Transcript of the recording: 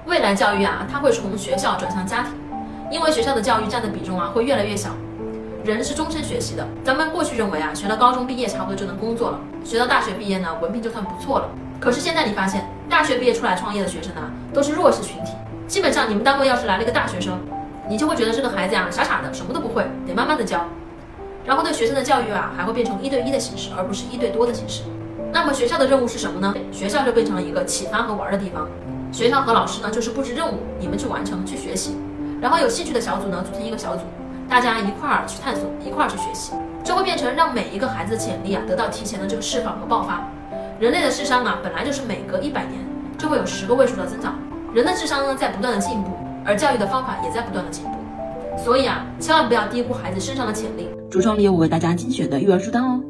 未来教育啊，它会从学校转向家庭，因为学校的教育占的比重啊会越来越小。人是终身学习的，咱们过去认为啊，学到高中毕业差不多就能工作了，学到大学毕业呢，文凭就算不错了。可是现在你发现，大学毕业出来创业的学生呢，都是弱势群体。基本上你们单位要是来了一个大学生，你就会觉得这个孩子呀傻傻的，什么都不会，得慢慢的教。然后对学生的教育啊，还会变成1对1的形式，而不是1对多的形式。那么学校的任务是什么呢？学校就变成了一个启发和玩的地方。学校和老师呢，就是布置任务，你们去完成，去学习。然后有兴趣的小组呢，组成一个小组，大家一块儿去探索，一块儿去学习，这会变成让每一个孩子的潜力啊得到提前的这个释放和爆发。人类的智商啊，本来就是每隔100年就会有10个位数的增长，人的智商呢在不断的进步，而教育的方法也在不断的进步。所以啊，千万不要低估孩子身上的潜力。 橱窗里有我为大家精选的育儿书单哦。